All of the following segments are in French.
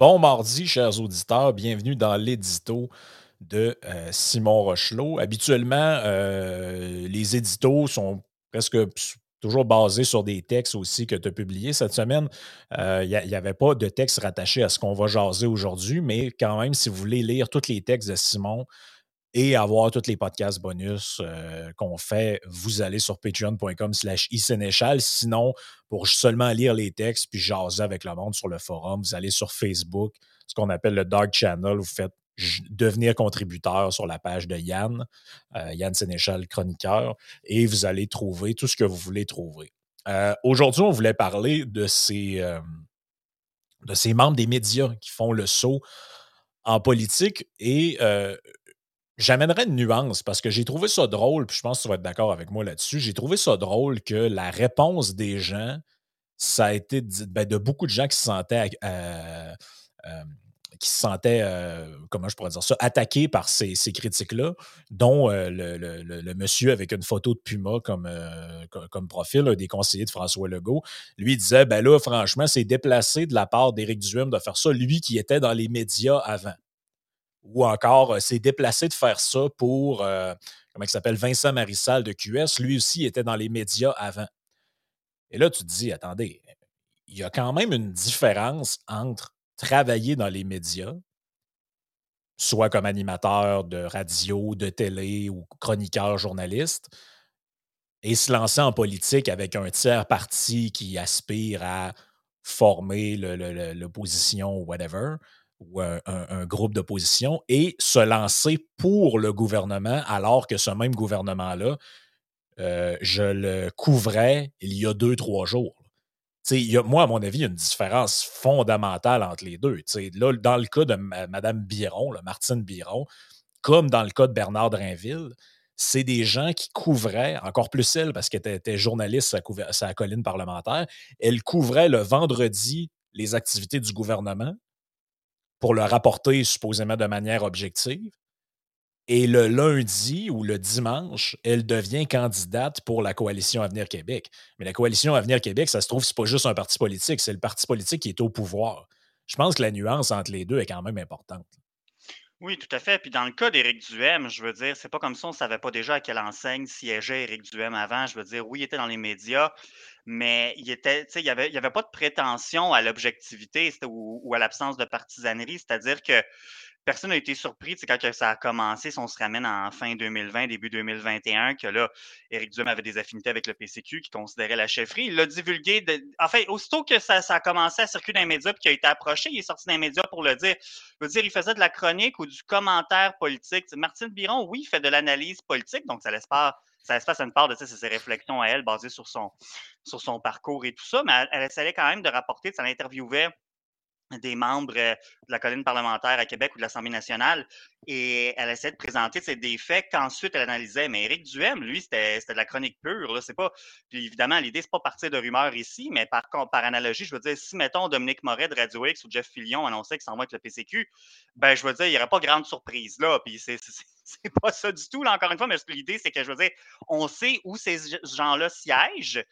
Bon mardi, chers auditeurs. Bienvenue dans l'édito de Simon Rochelot. Habituellement, les éditos sont presque toujours basés sur des textes aussi que tu as publiés. Cette semaine, il n'y avait pas de texte rattaché à ce qu'on va jaser aujourd'hui, mais quand même, si vous voulez lire tous les textes de Simon, et avoir tous les podcasts bonus qu'on fait, vous allez sur patreon.com/isénéchal. Sinon, pour seulement lire les textes puis jaser avec le monde sur le forum, vous allez sur Facebook, ce qu'on appelle le Dark Channel. Vous faites devenir contributeur sur la page de Yann, Yann Sénéchal, chroniqueur, et vous allez trouver tout ce que vous voulez trouver. Aujourd'hui, on voulait parler de ces membres des médias qui font le saut en politique et j'amènerais une nuance parce que j'ai trouvé ça drôle, puis je pense que tu vas être d'accord avec moi là-dessus. J'ai trouvé ça drôle que la réponse des gens, ça a été de beaucoup de gens qui se sentaient, comment je pourrais dire ça, attaqués par ces critiques-là, dont le monsieur avec une photo de Puma comme profil, un des conseillers de François Legault. Lui, il disait, ben là, franchement, c'est déplacé de la part d'Éric Duhem de faire ça, lui qui était dans les médias avant. Ou encore, c'est déplacé de faire ça pour, comment il s'appelle, Vincent Marissal de QS. Lui aussi était dans les médias avant. Et là, tu te dis, attendez, il y a quand même une différence entre travailler dans les médias, soit comme animateur de radio, de télé ou chroniqueur journaliste, et se lancer en politique avec un tiers parti qui aspire à former l'opposition ou whatever, ou un groupe d'opposition, et se lancer pour le gouvernement, alors que ce même gouvernement-là, je le couvrais il y a 2, 3 jours. Moi, à mon avis, il y a une différence fondamentale entre les deux. Là, dans le cas de Mme Biron, là, Martine Biron, comme dans le cas de Bernard Drinville, c'est des gens qui couvraient, encore plus elle, parce qu'elle était journaliste à la colline parlementaire, elle couvrait le vendredi les activités du gouvernement pour le rapporter supposément de manière objective. Et le lundi ou le dimanche, elle devient candidate pour la Coalition Avenir Québec. Mais la Coalition Avenir Québec, ça se trouve, c'est pas juste un parti politique, c'est le parti politique qui est au pouvoir. Je pense que la nuance entre les deux est quand même importante. Oui, tout à fait. Puis dans le cas d'Éric Duhem, je veux dire, c'est pas comme ça, on ne savait pas déjà à quelle enseigne siégeait Éric Duhem avant. Je veux dire, oui, il était dans les médias, mais il était, tu sais, il y avait pas de prétention à l'objectivité ou à l'absence de partisanerie. C'est-à-dire que personne n'a été surpris, tu sais, quand que ça a commencé, si on se ramène en fin 2020, début 2021, que là, Éric Duhem avait des affinités avec le PCQ, qui considérait la chefferie. Il l'a divulgué. Enfin, aussitôt que ça a commencé à circuler dans les médias puis qu'il a été approché, il est sorti dans les médias pour le dire. Je veux dire, il faisait de la chronique ou du commentaire politique. Martine Biron, oui, il fait de l'analyse politique, donc ça laisse pas une part de ses réflexions à elle basées sur son parcours et tout ça, mais elle essayait quand même de rapporter, ça l'interviewait des membres de la colline parlementaire à Québec ou de l'Assemblée nationale. Et elle essayait de présenter des faits qu'ensuite elle analysait. Mais Éric Duhem, lui, c'était de la chronique pure. Là. C'est pas, puis évidemment, l'idée, c'est pas partir de rumeurs ici, mais par analogie, je veux dire, si, mettons, Dominique Moret de Radio X ou Jeff Fillion annonçait qu'ils s'en vont avec le PCQ, ben, je veux dire, il n'y aurait pas grande surprise là. Puis c'est pas ça du tout, là, encore une fois, mais l'idée, c'est que, je veux dire, on sait où ces gens-là siègent,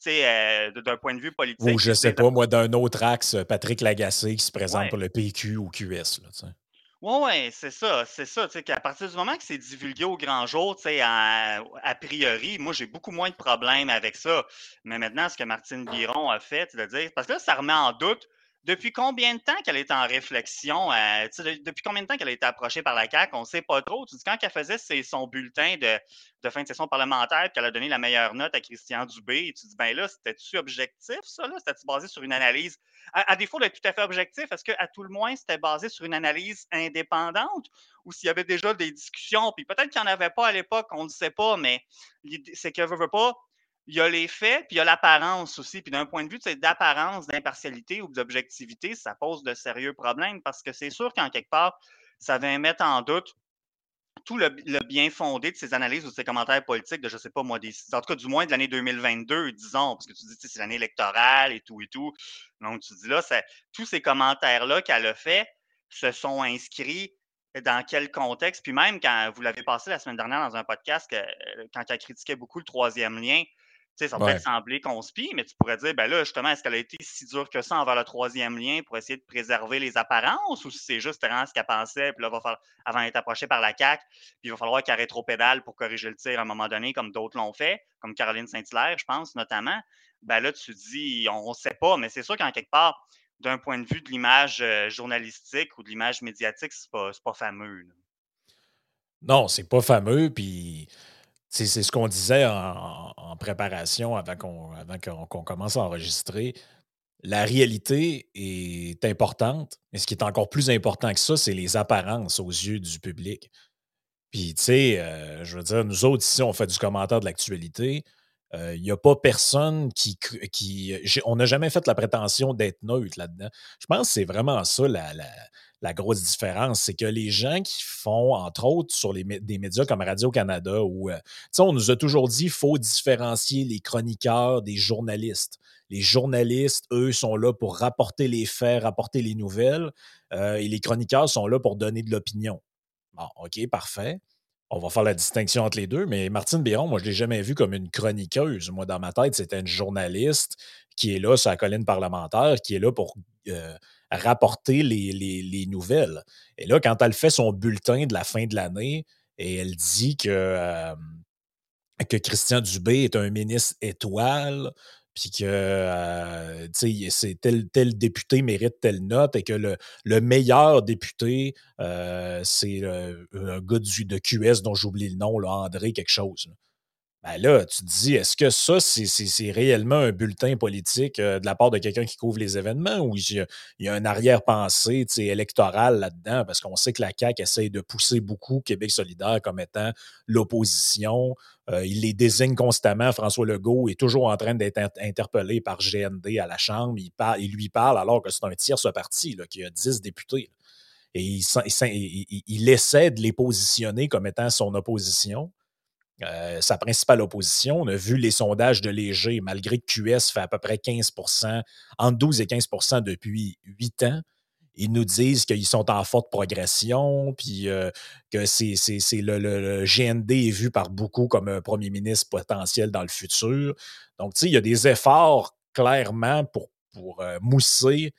d'un point de vue Ou politique. je Puis sais pas, moi, d'un autre axe, Patrick Lagacé qui se présente ouais. pour le PQ ou QS. Là, Ouais, ouais, c'est ça, tu sais, qu'à partir du moment que c'est divulgué au grand jour, tu sais, a priori, moi, j'ai beaucoup moins de problèmes avec ça. Mais maintenant, ce que Martine Biron a fait, c'est de dire, parce que là, ça remet en doute depuis combien de temps qu'elle est en réflexion, tu sais, depuis combien de temps qu'elle a été approchée par la CAQ, on ne sait pas trop. Tu dis, quand elle faisait son bulletin de fin de session parlementaire, qu'elle a donné la meilleure note à Christian Dubé, tu dis, ben là, c'était-tu objectif, ça, là? C'était-tu basé sur une analyse à défaut d'être tout à fait objectif, est-ce qu'à tout le moins, c'était basé sur une analyse indépendante ou s'il y avait déjà des discussions? Puis peut-être qu'il n'y en avait pas à l'époque, on ne sait pas, mais c'est que veut pas. Il y a les faits, puis il y a l'apparence aussi. Puis d'un point de vue d'apparence, d'impartialité ou d'objectivité, ça pose de sérieux problèmes parce que c'est sûr qu'en quelque part, ça vient mettre en doute tout le bien fondé de ces analyses ou de ces commentaires politiques de, je sais pas moi, en tout cas du moins de l'année 2022, disons, parce que tu dis, c'est l'année électorale et tout et tout. Donc, tu dis là, tous ces commentaires-là qu'elle a fait se sont inscrits dans quel contexte. Puis même quand vous l'avez passé la semaine dernière dans un podcast, quand elle critiquait beaucoup le troisième lien, Tu sais, ça va peut-être Ouais. sembler conspire, mais tu pourrais dire, ben là, justement, est-ce qu'elle a été si dure que ça envers le troisième lien pour essayer de préserver les apparences ou si c'est juste vraiment ce qu'elle pensait, puis là, avant d'être approchée par la CAQ, puis il va falloir qu'elle rétropédale pour corriger le tir à un moment donné, comme d'autres l'ont fait, comme Caroline Saint-Hilaire, je pense, notamment. Ben là, tu dis, on ne sait pas, mais c'est sûr qu'en quelque part, d'un point de vue de l'image journalistique ou de l'image médiatique, c'est pas fameux, là. Non, c'est pas fameux, puis c'est ce qu'on disait en préparation avant qu'on commence à enregistrer. La réalité est importante, mais ce qui est encore plus important que ça, c'est les apparences aux yeux du public. Puis, tu sais, je veux dire, nous autres, ici, on fait du commentaire de l'actualité. Il n'y a pas personne on n'a jamais fait la prétention d'être neutre là-dedans. Je pense que c'est vraiment ça la grosse différence. C'est que les gens qui font, entre autres, sur des médias comme Radio-Canada, où, tu sais, on nous a toujours dit qu'il faut différencier les chroniqueurs des journalistes. Les journalistes, eux, sont là pour rapporter les faits, rapporter les nouvelles, et les chroniqueurs sont là pour donner de l'opinion. Bon, OK, parfait. On va faire la distinction entre les deux, mais Martine Biron, moi, je ne l'ai jamais vue comme une chroniqueuse. Moi, dans ma tête, c'était une journaliste qui est là sur la colline parlementaire, qui est là pour rapporter les nouvelles. Et là, quand elle fait son bulletin de la fin de l'année et elle dit que Christian Dubé est un ministre étoile, puis que c'est tel député mérite telle note et que le meilleur député, c'est un gars de QS dont j'oublie le nom, là, André quelque chose. Là. Ben là, tu te dis, est-ce que ça, c'est réellement un bulletin politique de la part de quelqu'un qui couvre les événements ou il y a une arrière-pensée électorale là-dedans? Parce qu'on sait que la CAQ essaie de pousser beaucoup Québec solidaire comme étant l'opposition. Il les désigne constamment. François Legault est toujours en train d'être interpellé par GND à la Chambre. Il lui parle alors que c'est un tierce parti là, qui a 10 députés. Là. Et il essaie de les positionner comme étant son opposition. Sa principale opposition. On a vu les sondages de Léger, malgré que QS fait à peu près 15 entre 12 et 15 depuis 8 ans. Ils nous disent qu'ils sont en forte progression, puis que le GND est vu par beaucoup comme un premier ministre potentiel dans le futur. Donc, tu sais, il y a des efforts clairement pour mousser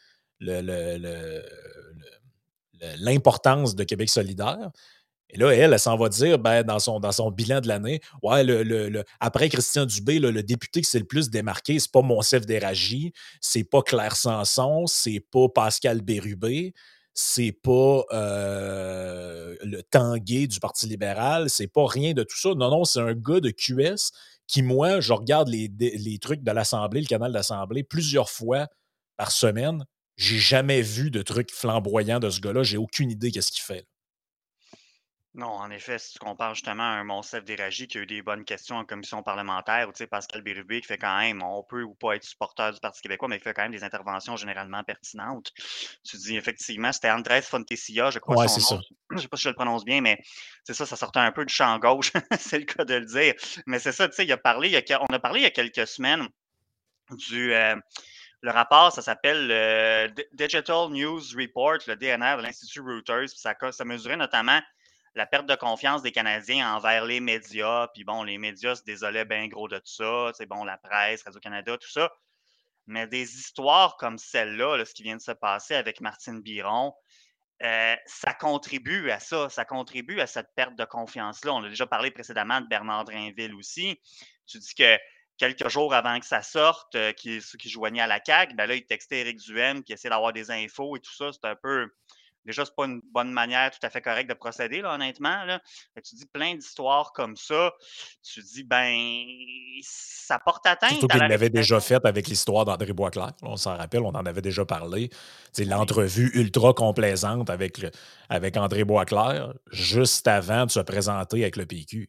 l'importance de Québec solidaire. Et là, elle s'en va dire ben, dans son bilan de l'année, ouais, après Christian Dubé, le député qui s'est le plus démarqué, c'est pas Monsef Déragi, c'est pas Claire Sanson, c'est pas Pascal Bérubé, c'est pas le Tanguay du Parti libéral, c'est pas rien de tout ça. Non, non, c'est un gars de QS qui, moi, je regarde les trucs de l'Assemblée, le canal de l'Assemblée, plusieurs fois par semaine. J'ai jamais vu de trucs flamboyants de ce gars-là. J'ai aucune idée qu'est-ce qu'il fait. Non, en effet, si tu compares justement à un Monsef Déragi qui a eu des bonnes questions en commission parlementaire, ou tu sais, Pascal Bérubé qui fait quand même, on peut ou pas être supporter du Parti québécois, mais qui fait quand même des interventions généralement pertinentes. Tu dis effectivement, c'était Andrés Fontecilla, je crois Ouais, son c'est nom, ça. je sais pas si je le prononce bien, mais c'est ça sortait un peu du champ gauche, c'est le cas de le dire. Mais c'est ça, tu sais, on a parlé il y a quelques semaines du, le rapport, ça s'appelle le Digital News Report, le DNR de l'Institut Reuters. Puis ça mesurait notamment la perte de confiance des Canadiens envers les médias. Puis bon, les médias se désolaient bien gros de tout ça. C'est bon, la presse, Radio-Canada, tout ça. Mais des histoires comme celle-là, là, ce qui vient de se passer avec Martine Biron, ça contribue à ça. Ça contribue à cette perte de confiance-là. On a déjà parlé précédemment de Bernard Drinville aussi. Tu dis que quelques jours avant que ça sorte, ceux qui joignaient à la CAQ, ben là, il textait Éric Duhaime qui essaie d'avoir des infos et tout ça. C'est un peu. Déjà, c'est pas une bonne manière tout à fait correcte de procéder, là, honnêtement. Là. Tu dis plein d'histoires comme ça. Tu dis, ben, ça porte Surtout atteinte à qu'il la l'avait déjà réputation. fait avec l'histoire d'André Boisclair. On s'en rappelle, on en avait déjà parlé. C'est Oui. l'entrevue ultra complaisante avec André Boisclair, juste avant de se présenter avec le PQ.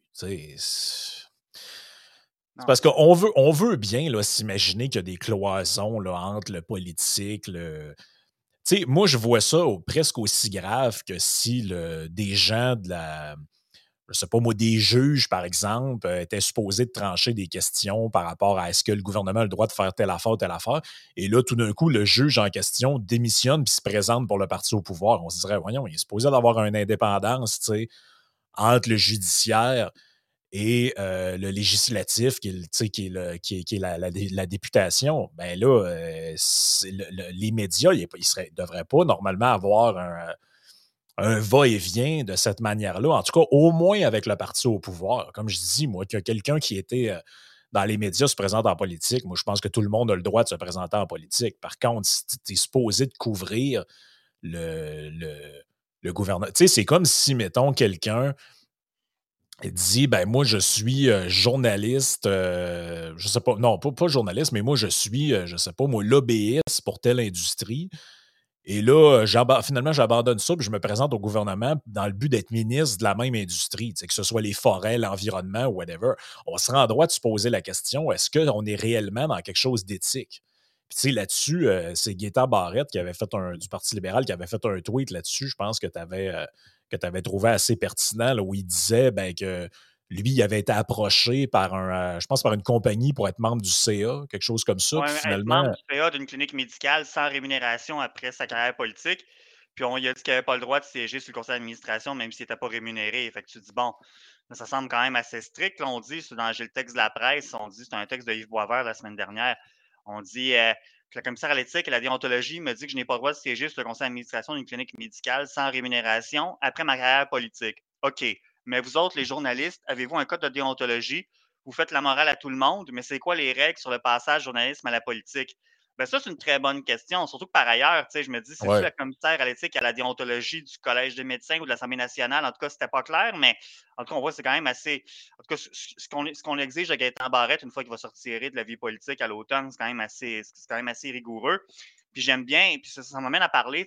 C'est Non, parce c'est qu'on veut bien là, s'imaginer qu'il y a des cloisons là, entre le politique, moi, je vois ça presque aussi grave que si des gens je sais pas moi, des juges, par exemple, étaient supposés de trancher des questions par rapport à est-ce que le gouvernement a le droit de faire telle affaire ou telle affaire. Et là, tout d'un coup, le juge en question démissionne puis se présente pour le parti au pouvoir. On se dirait, voyons, il est supposé d'avoir une indépendance, entre le judiciaire et le législatif, qui est la députation, ben là, les médias, ils ne devraient pas normalement avoir un va-et-vient de cette manière-là. En tout cas, au moins avec le parti au pouvoir. Comme je dis, moi, qu'il y a quelqu'un qui était dans les médias se présente en politique, moi, je pense que tout le monde a le droit de se présenter en politique. Par contre, si tu es supposé de couvrir le, le, le gouvernement. Tu sais, c'est comme si, mettons, quelqu'un dit, ben moi, je suis journaliste, je sais pas, non, pas journaliste, mais moi, je suis, je sais pas, moi, lobbyiste pour telle industrie. Et là, finalement, j'abandonne ça puis je me présente au gouvernement dans le but d'être ministre de la même industrie, que ce soit les forêts, l'environnement ou whatever. On serait en droit de se poser la question, est-ce qu'on est réellement dans quelque chose d'éthique? Puis, tu sais, là-dessus, c'est Gaétan Barrette qui avait fait du Parti libéral qui avait fait un tweet là-dessus, je pense que tu avais trouvé assez pertinent, là, où il disait ben, que lui, il avait été approché par je pense par une compagnie pour être membre du CA, quelque chose comme ça. Ouais, Puis être finalement, membre du PA d'une clinique médicale sans rémunération après sa carrière politique. Puis on lui a dit qu'il n'avait pas le droit de siéger sur le conseil d'administration, même s'il n'était pas rémunéré. Fait que tu te dis, bon, ça semble quand même assez strict. Là, on dit, j'ai le texte de la presse, on dit, c'est un texte de Yves Boisvert la semaine dernière. On dit que la commissaire à l'éthique et la déontologie me dit que je n'ai pas le droit de siéger sur le conseil d'administration d'une clinique médicale sans rémunération après ma carrière politique. OK. Mais vous autres, les journalistes, avez-vous un code de déontologie? Vous faites la morale à tout le monde, mais c'est quoi les règles sur le passage du journalisme à la politique? Ben ça, c'est une très bonne question. Surtout que par ailleurs, je me dis, c'est-tu ouais, la commissaire à l'éthique et à la déontologie du Collège des médecins ou de l'Assemblée nationale? En tout cas, c'était pas clair, mais en tout cas, on voit que c'est quand même assez. En tout cas, ce qu'on exige de Gaétan Barrette une fois qu'il va sortir de la vie politique à l'automne, c'est quand même assez rigoureux. Puis j'aime bien, puis ça m'amène à parler,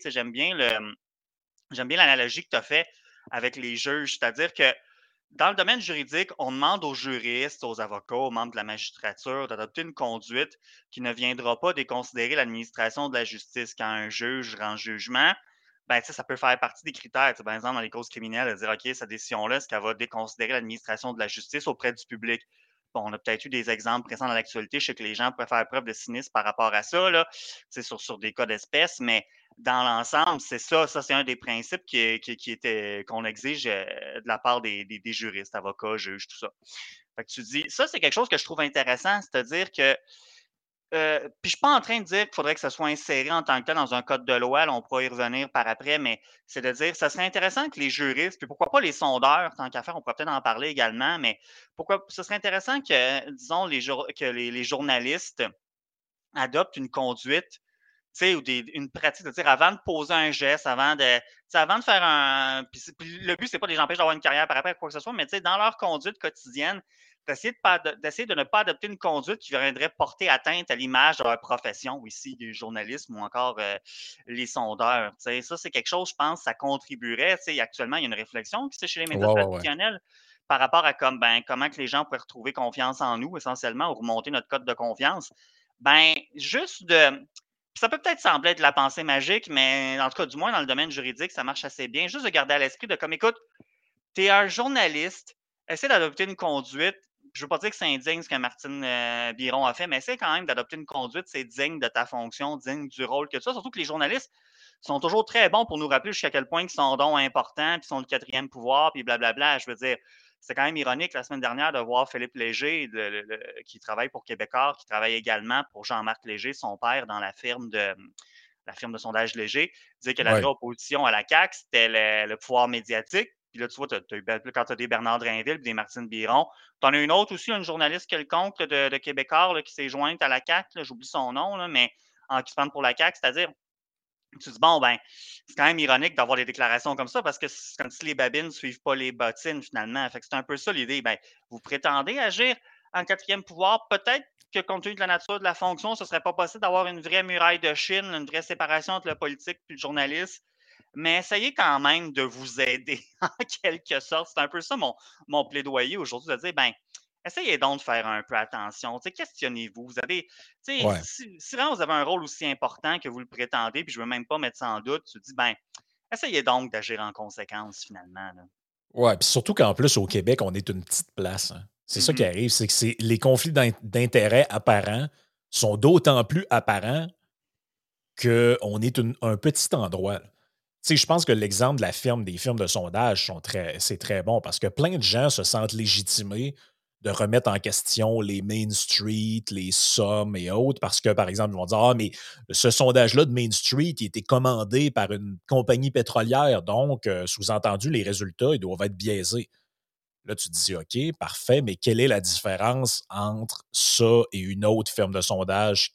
j'aime bien l'analogie que tu as fait avec les juges. C'est-à-dire que dans le domaine juridique, on demande aux juristes, aux avocats, aux membres de la magistrature d'adopter une conduite qui ne viendra pas déconsidérer l'administration de la justice. Quand un juge rend jugement, ben, ça peut faire partie des critères. Par exemple, dans les causes criminelles, de dire, OK, cette décision-là, est-ce qu'elle va déconsidérer l'administration de la justice auprès du public? Bon, on a peut-être eu des exemples présents dans l'actualité. Je sais que les gens peuvent faire preuve de cynisme par rapport à ça, là, sur des cas d'espèces, mais dans l'ensemble, c'est ça. Ça, c'est un des principes qu'on exige de la part des juristes, avocats, juges, tout ça. Fait que tu dis, ça, c'est quelque chose que je trouve intéressant, c'est-à-dire que, puis je suis pas en train de dire qu'il faudrait que ça soit inséré en tant que tel dans un code de loi, là, on pourra y revenir par après, mais c'est de dire, ça serait intéressant que les juristes, puis pourquoi pas les sondeurs, tant qu'à faire, on pourrait peut-être en parler également, mais pourquoi, ce serait intéressant que, disons, que les journalistes adoptent une conduite ou une pratique, c'est-à-dire avant de poser un geste, avant de faire un. Puis le but, c'est pas de les empêcher d'avoir une carrière par après, quoi que ce soit, mais dans leur conduite quotidienne, d'essayer de ne pas adopter une conduite qui viendrait porter atteinte à l'image de leur profession, ici, du journalisme ou encore les sondeurs. Ça, c'est quelque chose, je pense, ça contribuerait. Actuellement, il y a une réflexion qui se fait chez les médias ouais, ouais, ouais. traditionnels par rapport à comment que les gens pourraient retrouver confiance en nous, essentiellement, ou remonter notre code de confiance. Ben, juste de ça peut peut-être sembler être de la pensée magique, mais en tout cas, du moins dans le domaine juridique, ça marche assez bien. Juste de garder à l'esprit de comme, écoute, tu es un journaliste, essaie d'adopter une conduite. Je ne veux pas dire que c'est indigne ce que Martine Biron a fait, mais essaie quand même d'adopter une conduite, c'est digne de ta fonction, digne du rôle que tu as. Surtout que les journalistes sont toujours très bons pour nous rappeler jusqu'à quel point ils sont donc importants, puis sont le quatrième pouvoir, puis blablabla. Je veux dire, c'est quand même ironique la semaine dernière de voir Philippe Léger, qui travaille pour Québécois, qui travaille également pour Jean-Marc Léger, son père, dans la firme de sondage Léger, dire que la vraie Ouais. opposition à la CAQ, c'était le pouvoir médiatique. Puis là, tu vois, quand tu as des Bernard Drinville et des Martine Biron, tu en as une autre aussi, une journaliste quelconque de Québécois qui s'est jointe à la CAQ, j'oublie son nom, là, mais qui se prend pour la CAQ, c'est-à-dire tu te dis, bon, ben, c'est quand même ironique d'avoir des déclarations comme ça parce que c'est comme si les babines ne suivent pas les bottines, finalement. Fait que c'est un peu ça l'idée. Ben, vous prétendez agir en quatrième pouvoir. Peut-être que compte tenu de la nature de la fonction, ce ne serait pas possible d'avoir une vraie muraille de Chine, une vraie séparation entre le politique et le journaliste. Mais essayez quand même de vous aider en quelque sorte. C'est un peu ça mon plaidoyer aujourd'hui, de dire, ben, essayez donc de faire un peu attention. Questionnez-vous. Vous avez, Ouais. si vraiment vous avez un rôle aussi important que vous le prétendez, puis je ne veux même pas mettre ça en doute, tu te dis, ben, essayez donc d'agir en conséquence finalement. Là. Ouais, puis surtout qu'en plus, au Québec, on est une petite place, hein. C'est ça qui Mhm. arrive, c'est que les conflits d'intérêts apparents sont d'autant plus apparents qu'on est un petit endroit, là. sais, je pense que l'exemple de des firmes de sondage c'est très bon parce que plein de gens se sentent légitimés de remettre en question les Main Street, les sommes et autres parce que, par exemple, ils vont dire: Ah, mais ce sondage-là de Main Street, il a été commandé par une compagnie pétrolière, donc, sous-entendu, les résultats, ils doivent être biaisés. Là, tu te dis, OK, parfait, mais quelle est la différence entre ça et une autre firme de sondage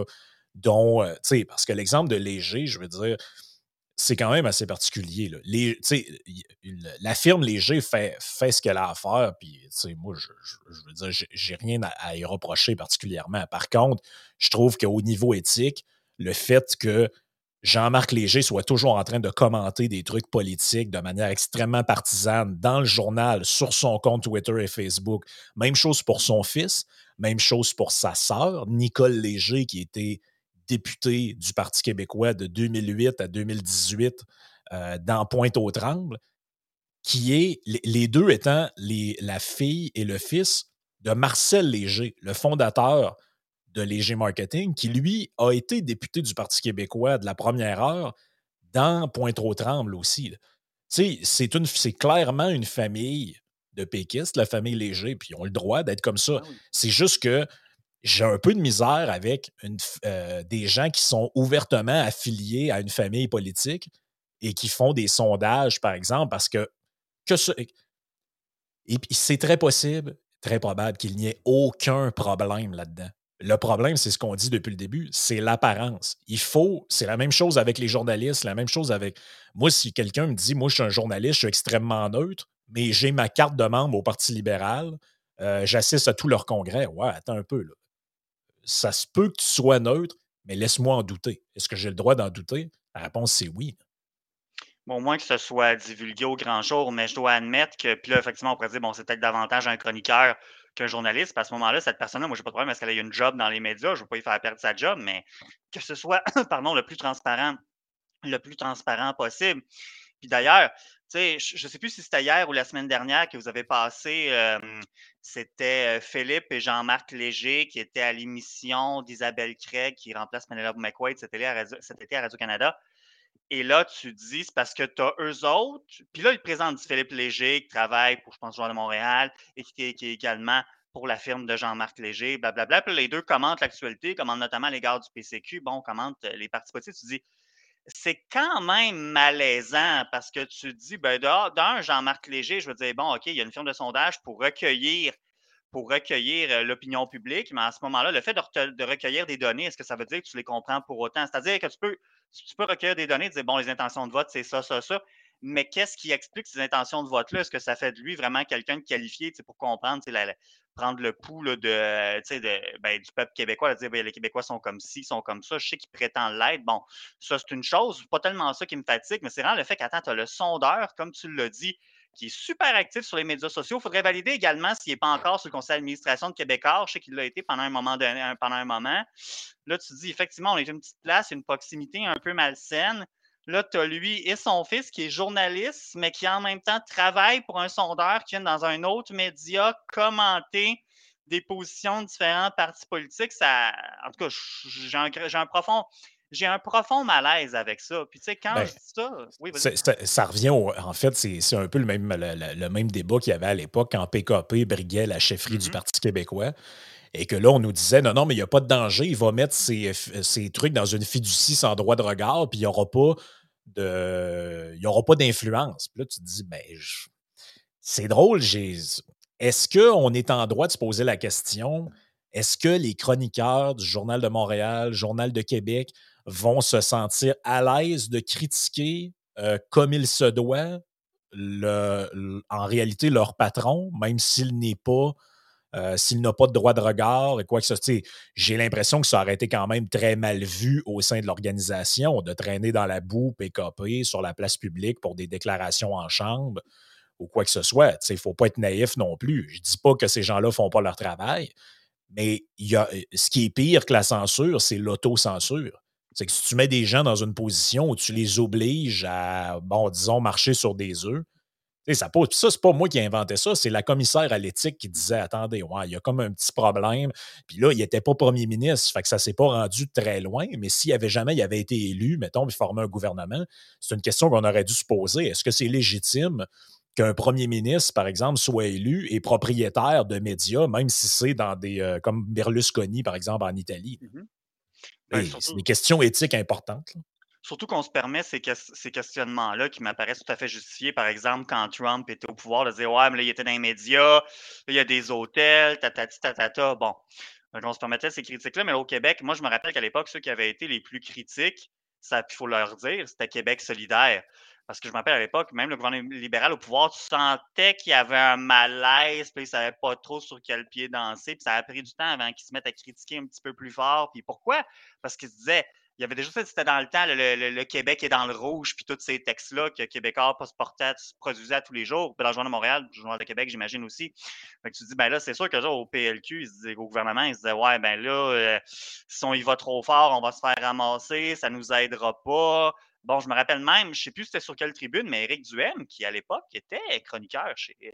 tu sais, parce que l'exemple de Léger, je veux dire, c'est quand même assez particulier. Là. Tu sais, la firme Léger fait ce qu'elle a à faire, puis, tu sais, moi, je veux dire, j'ai rien à y reprocher particulièrement. Par contre, je trouve qu'au niveau éthique, le fait que Jean-Marc Léger soit toujours en train de commenter des trucs politiques de manière extrêmement partisane dans le journal, sur son compte Twitter et Facebook. Même chose pour son fils, même chose pour sa sœur, Nicole Léger, qui était députée du Parti québécois de 2008 à 2018 dans Pointe-aux-Trembles, qui est, les deux étant la fille et le fils de Marcel Léger, le fondateur de Léger Marketing, qui, lui, a été député du Parti québécois de la première heure dans Pointe-aux-Trembles aussi. Tu sais, c'est clairement une famille de péquistes, la famille Léger, puis ils ont le droit d'être comme ça. Ah oui. C'est juste que j'ai un peu de misère avec des gens qui sont ouvertement affiliés à une famille politique et qui font des sondages, par exemple, parce que ce, et puis, c'est très possible, très probable qu'il n'y ait aucun problème là-dedans. Le problème, c'est ce qu'on dit depuis le début, c'est l'apparence. C'est la même chose avec les journalistes, la même chose avec. Moi, si quelqu'un me dit, moi, je suis un journaliste, je suis extrêmement neutre, mais j'ai ma carte de membre au Parti libéral, j'assiste à tous leurs congrès. Ouais, attends un peu, là. Ça se peut que tu sois neutre, mais laisse-moi en douter. Est-ce que j'ai le droit d'en douter? La réponse, c'est oui. Bon, au moins que ce soit divulgué au grand jour, mais je dois admettre que, puis là, effectivement, on pourrait dire, bon, c'est peut-être davantage un chroniqueur qu'un journaliste. Puis à ce moment-là, cette personne-là, moi, j'ai pas de problème à ce qu'elle ait une job dans les médias. Je veux pas lui faire perdre sa job, mais que ce soit, pardon, le plus transparent possible. Puis d'ailleurs, tu sais, je ne sais plus si c'était hier ou la semaine dernière que vous avez passé, c'était Philippe et Jean-Marc Léger qui étaient à l'émission d'Isabelle Craig qui remplace Penelope McQuaid cet été à Radio-Canada. Et là, tu dis, c'est parce que tu as eux autres. Puis là, il présente Philippe Léger qui travaille pour, je pense, le Journal de Montréal et qui est également pour la firme de Jean-Marc Léger, blablabla. Puis les deux commentent l'actualité, commentent notamment à l'égard du PCQ, bon, commentent les partis politiques. Tu dis, c'est quand même malaisant parce que tu dis, ben, d'un, Jean-Marc Léger, je veux dire, bon, OK, il y a une firme de sondage pour recueillir l'opinion publique, mais à ce moment-là, le fait de recueillir des données, est-ce que ça veut dire que tu les comprends pour autant? C'est-à-dire que tu peux recueillir des données et dire, bon, les intentions de vote, c'est ça, ça, ça, mais qu'est-ce qui explique ces intentions de vote-là? Est-ce que ça fait de lui vraiment quelqu'un de qualifié pour comprendre, prendre le pouls là, du peuple québécois, de dire, ben, les Québécois sont comme ci, sont comme ça, je sais qu'ils prétendent l'être. Bon, ça, c'est une chose, pas tellement ça qui me fatigue, mais c'est vraiment le fait qu'attends, tu as le sondeur, comme tu l'as dit, qui est super actif sur les médias sociaux. Il faudrait valider également s'il n'est pas encore sur le conseil d'administration de Québécois. Je sais qu'il l'a été pendant un moment pendant un moment. Là, tu dis effectivement, on est une petite place, une proximité un peu malsaine. Là, tu as lui et son fils qui est journaliste, mais qui en même temps travaille pour un sondeur qui vient dans un autre média commenter des positions de différents partis politiques. Ça, en tout cas, j'ai un profond malaise avec ça. Puis, tu sais, quand Ben, je dis ça, oui, vas-y. ça revient en fait, c'est un peu le même débat qu'il y avait à l'époque quand PKP briguait la chefferie du Mhm. Parti québécois et que là, on nous disait non, non, mais il n'y a pas de danger, il va mettre ses trucs dans une fiducie sans droit de regard, puis il y aura pas d'influence. Puis là, tu te dis, ben, c'est drôle, est-ce qu'on est en droit de se poser la question, est-ce que les chroniqueurs du Journal de Montréal, Journal de Québec vont se sentir à l'aise de critiquer comme il se doit en réalité leur patron, même s'il n'a pas de droit de regard et quoi que ce soit. J'ai l'impression que ça aurait été quand même très mal vu au sein de l'organisation de traîner dans la boue PKP sur la place publique pour des déclarations en chambre ou quoi que ce soit. Il ne faut pas être naïf non plus. Je ne dis pas que ces gens-là ne font pas leur travail, mais ce qui est pire que la censure, c'est l'autocensure. C'est que si tu mets des gens dans une position où tu les obliges à, bon, disons, marcher sur des œufs, Tu sais, ça, c'est pas moi qui ai inventé ça, c'est la commissaire à l'éthique qui disait attendez, ouais, il y a comme un petit problème. Puis là, il n'était pas premier ministre, fait que ça s'est pas rendu très loin. Mais s'il avait jamais il avait été élu, mettons, puis formé un gouvernement, c'est une question qu'on aurait dû se poser. Est-ce que c'est légitime qu'un premier ministre, par exemple, soit élu et propriétaire de médias, même si c'est dans des comme Berlusconi, par exemple, en Italie? Mhm. Ben, Hey, c'est des surtout, questions éthiques importantes, là. Surtout qu'on se permet ces questionnements-là qui m'apparaissent tout à fait justifiés. Par exemple, quand Trump était au pouvoir, de dire ouais, mais là, il était dans les médias, là, il y a des hôtels, tatati, tatata. Bon, on se permettait ces critiques-là, mais au Québec, moi, je me rappelle qu'à l'époque, ceux qui avaient été les plus critiques, ça, il faut leur dire, c'était Québec solidaire. Parce que je me rappelle à l'époque, même le gouvernement libéral au pouvoir, tu sentais qu'il y avait un malaise, puis ils ne savaient pas trop sur quel pied danser, puis ça a pris du temps avant qu'ils se mettent à critiquer un petit peu plus fort. Puis pourquoi? Parce qu'ils se disaient, il y avait déjà ça, c'était dans le temps, le Québec est dans le rouge, puis tous ces textes-là que Québécois se produisaient à tous les jours. Puis dans le Journal de Montréal, le Journal de Québec, j'imagine aussi. Fait que tu te dis, ben là, c'est sûr que au PLQ, au gouvernement, ils se disaient, ouais, ben là, si on y va trop fort, on va se faire ramasser, ça nous aidera pas. Bon, je me rappelle même, je sais plus c'était sur quelle tribune, mais Éric Duhem, qui à l'époque était chroniqueur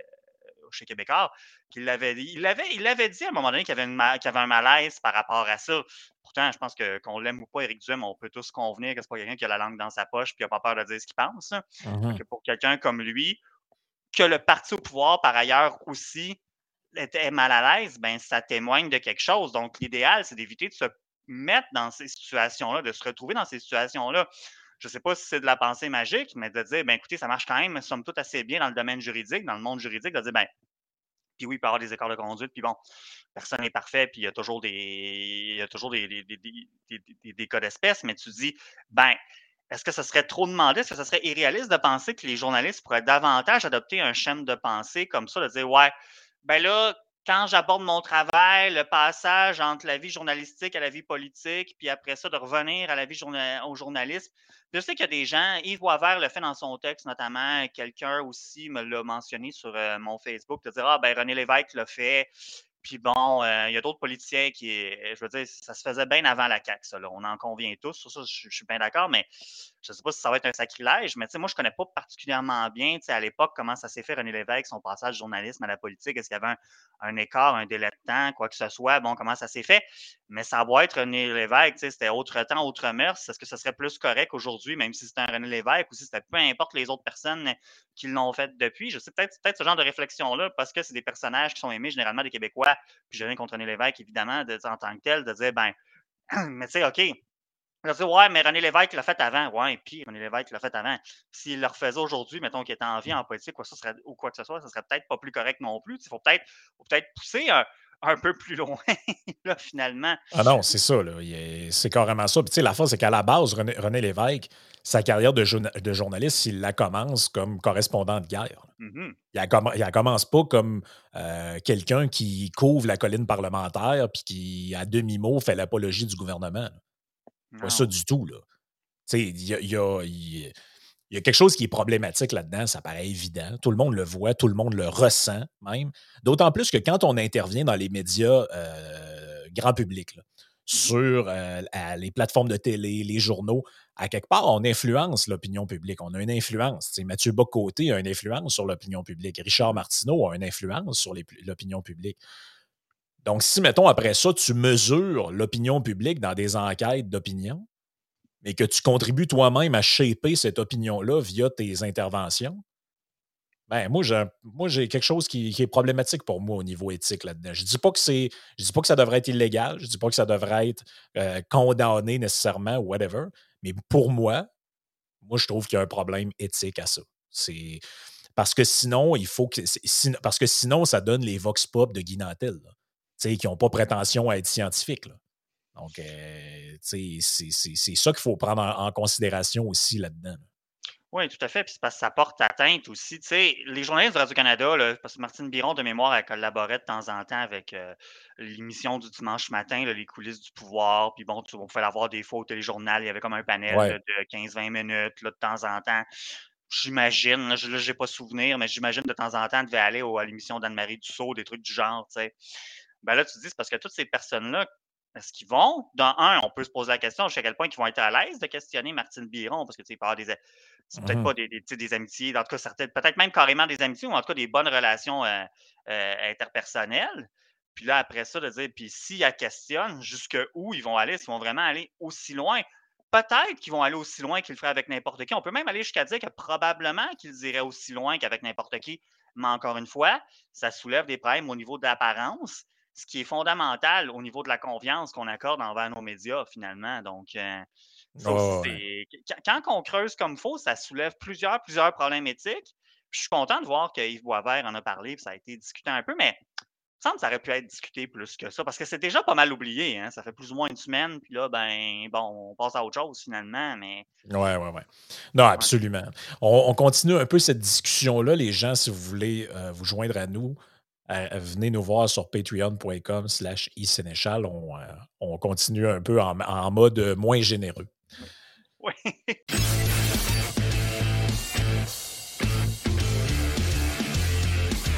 chez Québécois, il l'avait dit à un moment donné qu'il y avait un malaise par rapport à ça. Pourtant, je pense qu'on l'aime ou pas, Éric Duhem, on peut tous convenir que c'est pas quelqu'un qui a la langue dans sa poche et qui n'a pas peur de dire ce qu'il pense, hein. Fait Mhm. que pour quelqu'un comme lui, que le parti au pouvoir, par ailleurs, aussi était mal à l'aise, ben ça témoigne de quelque chose. Donc, l'idéal, c'est d'éviter de se mettre dans ces situations-là, de se retrouver dans ces situations-là. Je ne sais pas si c'est de la pensée magique, mais de dire, ben écoutez, ça marche quand même, somme toute, assez bien dans le domaine juridique, dans le monde juridique, de dire, ben, puis oui, il peut y avoir des écarts de conduite, puis bon, personne n'est parfait, puis il y a toujours des cas d'espèce, mais tu dis, ben, est-ce que ce serait trop demandé? Est-ce que ce serait irréaliste de penser que les journalistes pourraient davantage adopter un schéma de pensée comme ça, de dire, ouais, ben là, quand j'aborde mon travail, le passage entre la vie journalistique à la vie politique, puis après ça, de revenir à la vie au journalisme. Je sais qu'il y a des gens, Yves Boisvert le fait dans son texte, notamment, quelqu'un aussi me l'a mentionné sur mon Facebook, de dire, ah ben René Lévesque l'a fait, puis bon, il y a d'autres politiciens je veux dire, ça se faisait bien avant la CAQ, ça, là. On en convient tous. Sur ça, je suis bien d'accord, mais je ne sais pas si ça va être un sacrilège, mais tu sais, moi, je ne connais pas particulièrement bien, tu sais, à l'époque, comment ça s'est fait, René Lévesque, son passage du journalisme à la politique. Est-ce qu'il y avait un écart, un délai de temps, quoi que ce soit? Bon, comment ça s'est fait? Mais ça va être René Lévesque, tu sais, c'était autre temps, autre mœurs. Est-ce que ce serait plus correct aujourd'hui, même si c'était un René Lévesque, ou si c'était peu importe les autres personnes qui l'ont fait depuis? Je sais peut-être ce genre de réflexion-là, parce que c'est des personnages qui sont aimés généralement des Québécois, puis je viens contre René Lévesque, évidemment, en tant que tel, de dire, ben, mais tu sais, OK, je dire, ouais, mais René Lévesque l'a fait avant. Ouais, puis René Lévesque l'a fait avant. S'il le refaisait aujourd'hui, mettons qu'il était en vie en politique, ou quoi que ce soit, ça serait peut-être pas plus correct non plus. Il faut peut-être pousser un peu plus loin, là, finalement. Ah non, c'est ça, là. C'est carrément ça. Puis, tu sais, la force, c'est qu'à la base, René Lévesque, sa carrière de journaliste, il la commence comme correspondant de guerre. Mhm. Il la commence pas comme quelqu'un qui couvre la colline parlementaire puis qui, à demi-mot, fait l'apologie du gouvernement, là. Pas ça Non. du tout, là. Tu sais, il y a quelque chose qui est problématique là-dedans, ça paraît évident. Tout le monde le voit, tout le monde le ressent même. D'autant plus que quand on intervient dans les médias grand public, là, Mhm. sur les plateformes de télé, les journaux, à quelque part, on influence l'opinion publique. On a une influence. T'sais, Mathieu Bocoté a une influence sur l'opinion publique. Richard Mhm. Martineau a une influence sur l'opinion publique. Donc, si, mettons, après ça, tu mesures l'opinion publique dans des enquêtes d'opinion, mais que tu contribues toi-même à shaper cette opinion-là via tes interventions, ben moi j'ai quelque chose qui est problématique pour moi au niveau éthique là-dedans. Je dis pas que ça devrait être illégal, je dis pas que ça devrait être condamné nécessairement ou whatever, mais pour moi je trouve qu'il y a un problème éthique à ça. C'est parce que sinon parce que sinon ça donne les vox pop de Guy Nantel, là, qui n'ont pas prétention à être scientifiques, là. Donc, c'est ça qu'il faut prendre en considération aussi là-dedans, là. Oui, tout à fait. Puis c'est parce que ça porte atteinte aussi. Tu sais, les journalistes de Radio-Canada, là, parce que Martine Biron, de mémoire, elle collaborait de temps en temps avec l'émission du dimanche matin, là, les coulisses du pouvoir. Puis bon, on pouvait l'avoir des fois au téléjournal. Il y avait comme un panel là, Ouais. de 15-20 minutes là, de temps en temps. J'imagine, là, j'ai pas souvenir, mais j'imagine de temps en temps, elle devait aller à l'émission d'Anne-Marie Dussault, des trucs du genre, tu sais. Ben là, tu te dis, c'est parce que toutes ces personnes-là, Est-ce qu'ils vont? Dans un, on peut se poser la question jusqu'à quel point ils vont être à l'aise de questionner Martine Biron, parce que il peut y avoir c'est peut-être Mhm. pas des amitiés, en tout cas certaines, peut-être même carrément des amitiés, ou en tout cas des bonnes relations interpersonnelles. Puis là, après ça, de dire, puis s'ils la questionnent, jusqu'où ils vont aller, s'ils vont vraiment aller aussi loin. Peut-être qu'ils vont aller aussi loin qu'ils le feraient avec n'importe qui. On peut même aller jusqu'à dire que probablement qu'ils iraient aussi loin qu'avec n'importe qui. Mais encore une fois, ça soulève des problèmes au niveau de l'apparence, ce qui est fondamental au niveau de la confiance qu'on accorde envers nos médias, finalement. Donc, ça aussi, Ouais, ouais. c'est. Quand on creuse comme il faut, ça soulève plusieurs problèmes éthiques. Puis je suis content de voir que Yves Boisvert en a parlé, puis ça a été discuté un peu, mais il me semble que ça aurait pu être discuté plus que ça, parce que c'est déjà pas mal oublié. Hein? Ça fait plus ou moins une semaine, puis là, ben, bon, on passe à autre chose finalement, mais. Ouais, ouais, ouais. Non, Ouais. absolument. On continue un peu cette discussion-là. Les gens, si vous voulez vous joindre à nous, venez nous voir sur patreon.com/isénéchal. On continue un peu en mode moins généreux. Ouais.